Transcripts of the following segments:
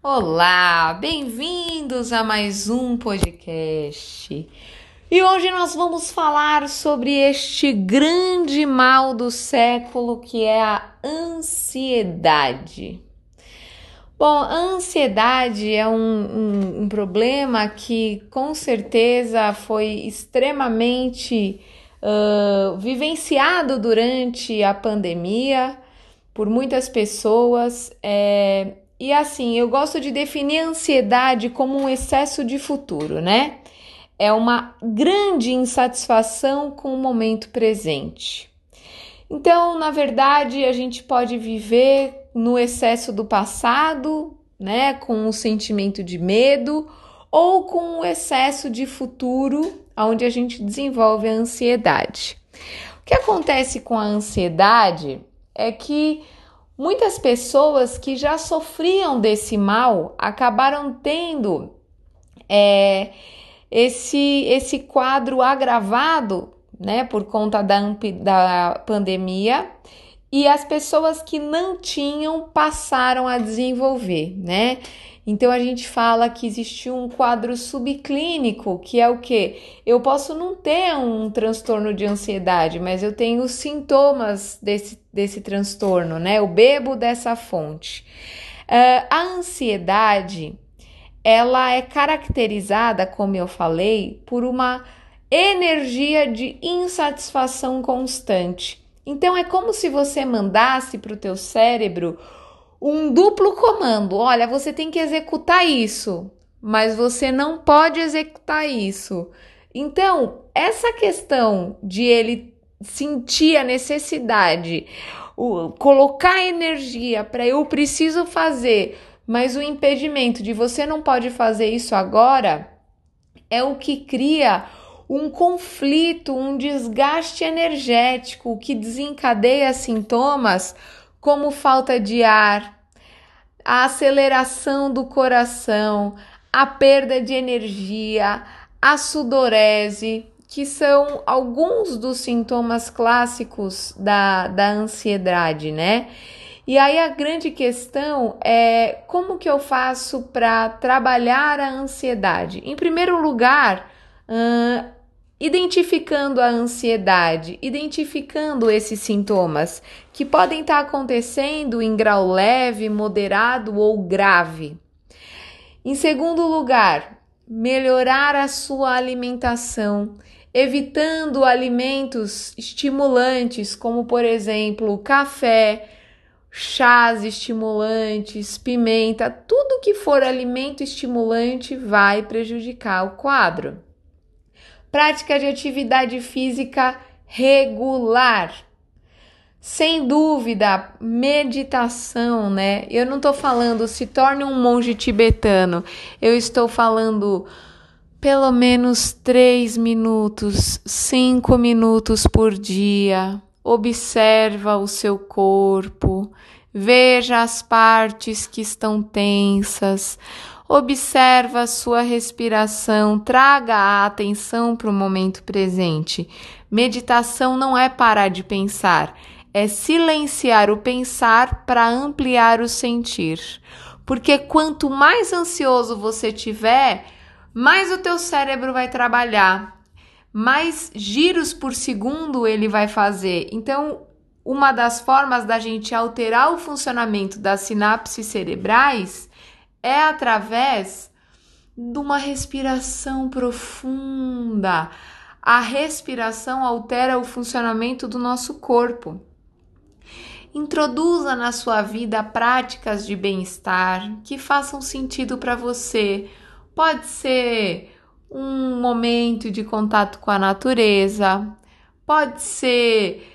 Olá, bem-vindos a mais um podcast. E hoje nós vamos falar sobre este grande mal do século que é a ansiedade. Bom, a ansiedade é um problema que com certeza foi extremamente vivenciado durante a pandemia por muitas pessoas. E assim, eu gosto de definir a ansiedade como um excesso de futuro, né? É uma grande insatisfação com o momento presente. Então, na verdade, a gente pode viver no excesso do passado, né? Com um sentimento de medo, ou com um excesso de futuro, onde a gente desenvolve a ansiedade. O que acontece com a ansiedade é que muitas pessoas que já sofriam desse mal acabaram tendo esse quadro agravado, né, por conta da pandemia, e as pessoas que não tinham passaram a desenvolver, né? Então a gente fala que existe um quadro subclínico, que é o quê? Eu posso não ter um transtorno de ansiedade, mas eu tenho os sintomas desse transtorno, né? Eu bebo dessa fonte. A ansiedade, ela é caracterizada, como eu falei, por uma energia de insatisfação constante. Então é como se você mandasse para o teu cérebro um duplo comando. Olha, você tem que executar isso, mas você não pode executar isso. Então, essa questão de ele sentir a necessidade, colocar energia para eu preciso fazer, mas o impedimento de você não pode fazer isso agora é o que cria um conflito, um desgaste energético que desencadeia sintomas como falta de ar, a aceleração do coração, a perda de energia, a sudorese, que são alguns dos sintomas clássicos da ansiedade, né? E aí a grande questão é como que eu faço para trabalhar a ansiedade? Em primeiro lugar, identificando a ansiedade, identificando esses sintomas que podem estar acontecendo em grau leve, moderado ou grave. Em segundo lugar, melhorar a sua alimentação, evitando alimentos estimulantes, como por exemplo, café, chás estimulantes, pimenta, tudo que for alimento estimulante vai prejudicar o quadro. Prática de atividade física regular. Sem dúvida, meditação, né? Eu não estou falando se torne um monge tibetano. Eu estou falando pelo menos 3 minutos, 5 minutos por dia. Observa o seu corpo. Veja as partes que estão tensas. Observa a sua respiração, traga a atenção para o momento presente. Meditação não é parar de pensar, é silenciar o pensar para ampliar o sentir. Porque quanto mais ansioso você tiver, mais o teu cérebro vai trabalhar, mais giros por segundo ele vai fazer. Então, uma das formas da gente alterar o funcionamento das sinapses cerebrais é através de uma respiração profunda. A respiração altera o funcionamento do nosso corpo. Introduza na sua vida práticas de bem-estar que façam sentido para você. Pode ser um momento de contato com a natureza, pode ser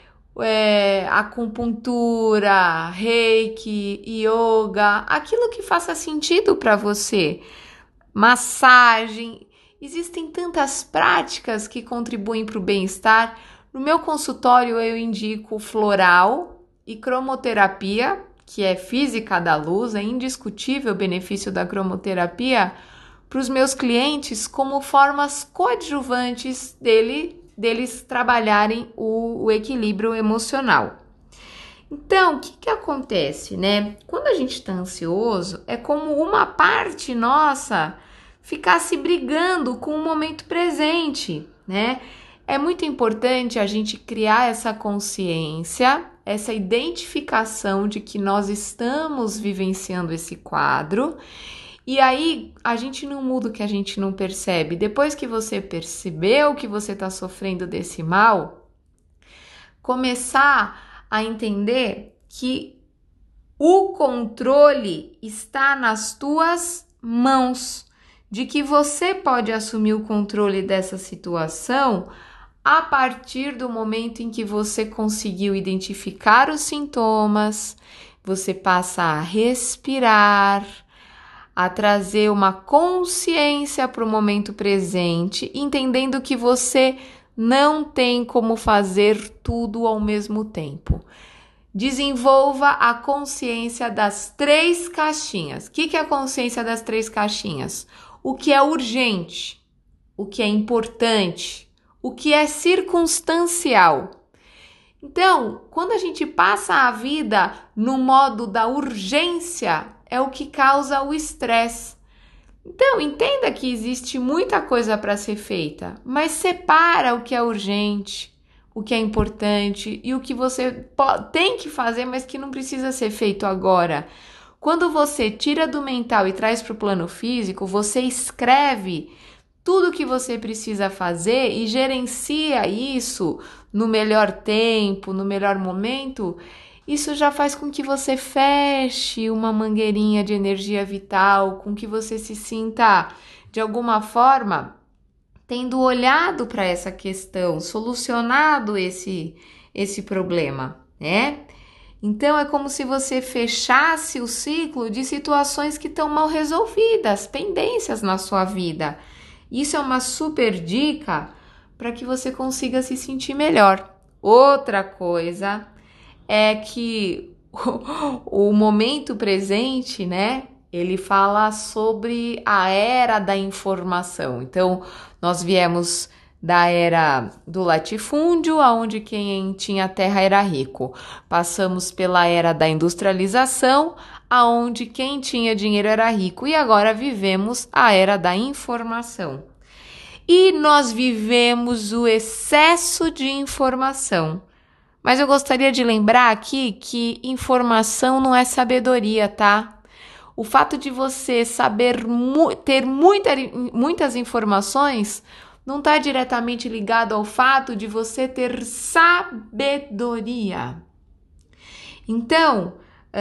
acupuntura, reiki, yoga, aquilo que faça sentido para você, massagem. Existem tantas práticas que contribuem para o bem-estar. No meu consultório eu indico floral e cromoterapia, que é física da luz, é indiscutível o benefício da cromoterapia para os meus clientes como formas coadjuvantes deles trabalharem o equilíbrio emocional. Então, o que acontece, né? Quando a gente está ansioso, é como uma parte nossa ficasse brigando com o momento presente, né? É muito importante a gente criar essa consciência, essa identificação de que nós estamos vivenciando esse quadro. E aí, a gente não muda o que a gente não percebe. Depois que você percebeu que você está sofrendo desse mal, começar a entender que o controle está nas tuas mãos, de que você pode assumir o controle dessa situação a partir do momento em que você conseguiu identificar os sintomas, você passa a respirar, a trazer uma consciência para o momento presente, entendendo que você não tem como fazer tudo ao mesmo tempo. Desenvolva a consciência das 3 caixinhas. O que é a consciência das 3 caixinhas? O que é urgente, o que é importante, o que é circunstancial. Então, quando a gente passa a vida no modo da urgência, é o que causa o estresse. Então, entenda que existe muita coisa para ser feita, mas separa o que é urgente, o que é importante e o que você tem que fazer, mas que não precisa ser feito agora. Quando você tira do mental e traz para o plano físico, você escreve tudo o que você precisa fazer e gerencia isso no melhor tempo, no melhor momento. Isso já faz com que você feche uma mangueirinha de energia vital, com que você se sinta, de alguma forma, tendo olhado para essa questão, solucionado esse problema, né? Então, é como se você fechasse o ciclo de situações que estão mal resolvidas, pendências na sua vida. Isso é uma super dica para que você consiga se sentir melhor. Outra coisa é que o momento presente, né? Ele fala sobre a era da informação. Então, nós viemos da era do latifúndio, onde quem tinha terra era rico. Passamos pela era da industrialização, onde quem tinha dinheiro era rico. E agora vivemos a era da informação. E nós vivemos o excesso de informação. Mas eu gostaria de lembrar aqui que informação não é sabedoria, tá? O fato de você saber ter muitas informações não está diretamente ligado ao fato de você ter sabedoria. Então,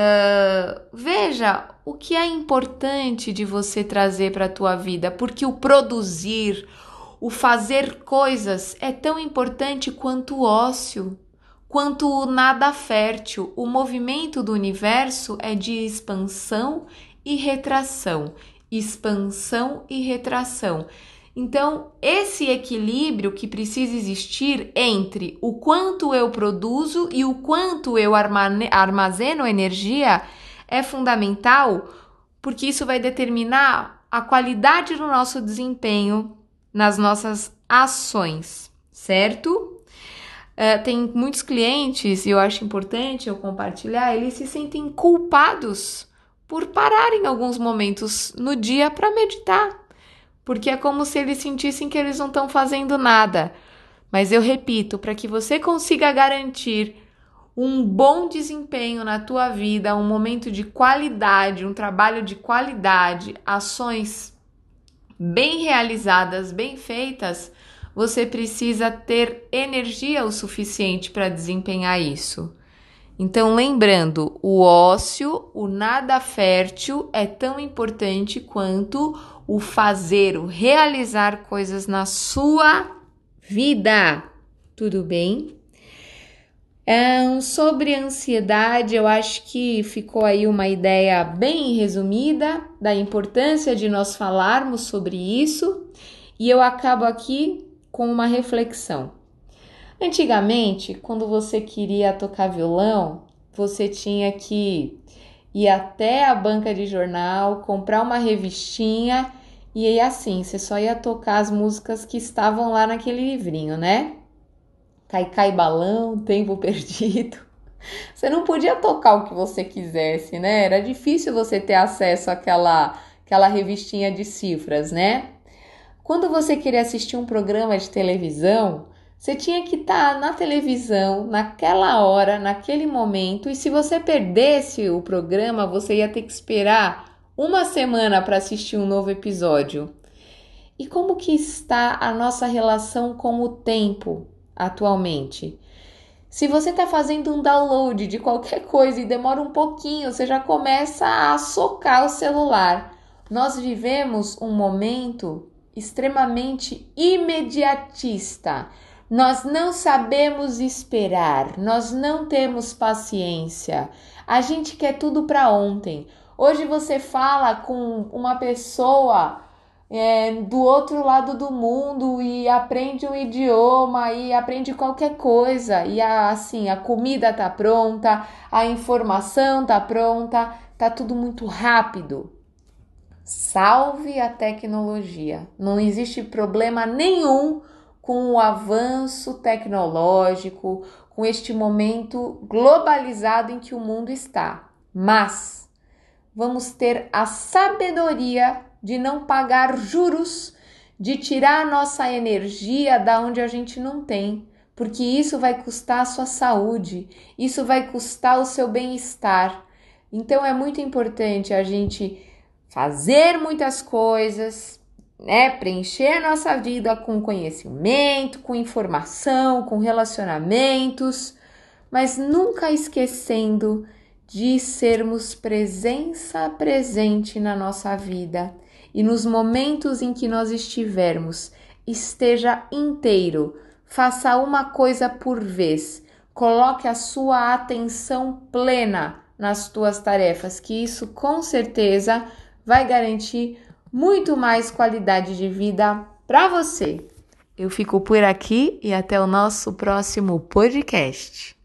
veja o que é importante de você trazer para a tua vida, porque o produzir, o fazer coisas é tão importante quanto o ócio, quanto o nada fértil. O movimento do universo é de expansão e retração, expansão e retração. Então, esse equilíbrio que precisa existir entre o quanto eu produzo e o quanto eu armazeno energia é fundamental, porque isso vai determinar a qualidade do nosso desempenho nas nossas ações, certo? Tem muitos clientes, e eu acho importante eu compartilhar, eles se sentem culpados por parar em alguns momentos no dia para meditar. Porque é como se eles sentissem que eles não estão fazendo nada. Mas eu repito, para que você consiga garantir um bom desempenho na tua vida, um momento de qualidade, um trabalho de qualidade, ações bem realizadas, bem feitas, você precisa ter energia o suficiente para desempenhar isso. Então, lembrando, o ócio, o nada fértil é tão importante quanto o fazer, o realizar coisas na sua vida. Tudo bem? Sobre ansiedade, eu acho que ficou aí uma ideia bem resumida da importância de nós falarmos sobre isso. E eu acabo aqui com uma reflexão. Antigamente, quando você queria tocar violão, você tinha que ir até a banca de jornal, comprar uma revistinha e aí assim, você só ia tocar as músicas que estavam lá naquele livrinho, né? Cai, cai balão, tempo perdido. Você não podia tocar o que você quisesse, né? Era difícil você ter acesso àquela revistinha de cifras, né? Quando você queria assistir um programa de televisão, você tinha que estar na televisão, naquela hora, naquele momento, e se você perdesse o programa, você ia ter que esperar uma semana para assistir um novo episódio. E como que está a nossa relação com o tempo atualmente? Se você está fazendo um download de qualquer coisa e demora um pouquinho, você já começa a socar o celular. Nós vivemos um momento extremamente imediatista. Nós não sabemos esperar, nós não temos paciência. A gente quer tudo para ontem. Hoje você fala com uma pessoa do outro lado do mundo e aprende um idioma e aprende qualquer coisa e assim a comida tá pronta, a informação tá pronta, tá tudo muito rápido. Salve a tecnologia. Não existe problema nenhum com o avanço tecnológico, com este momento globalizado em que o mundo está. Mas vamos ter a sabedoria de não pagar juros, de tirar a nossa energia da onde a gente não tem, porque isso vai custar a sua saúde, isso vai custar o seu bem-estar. Então é muito importante a gente fazer muitas coisas, né? Preencher a nossa vida com conhecimento, com informação, com relacionamentos, mas nunca esquecendo de sermos presença presente na nossa vida e nos momentos em que nós estivermos, esteja inteiro, faça uma coisa por vez, coloque a sua atenção plena nas tuas tarefas, que isso com certeza vai garantir muito mais qualidade de vida para você. Eu fico por aqui e até o nosso próximo podcast.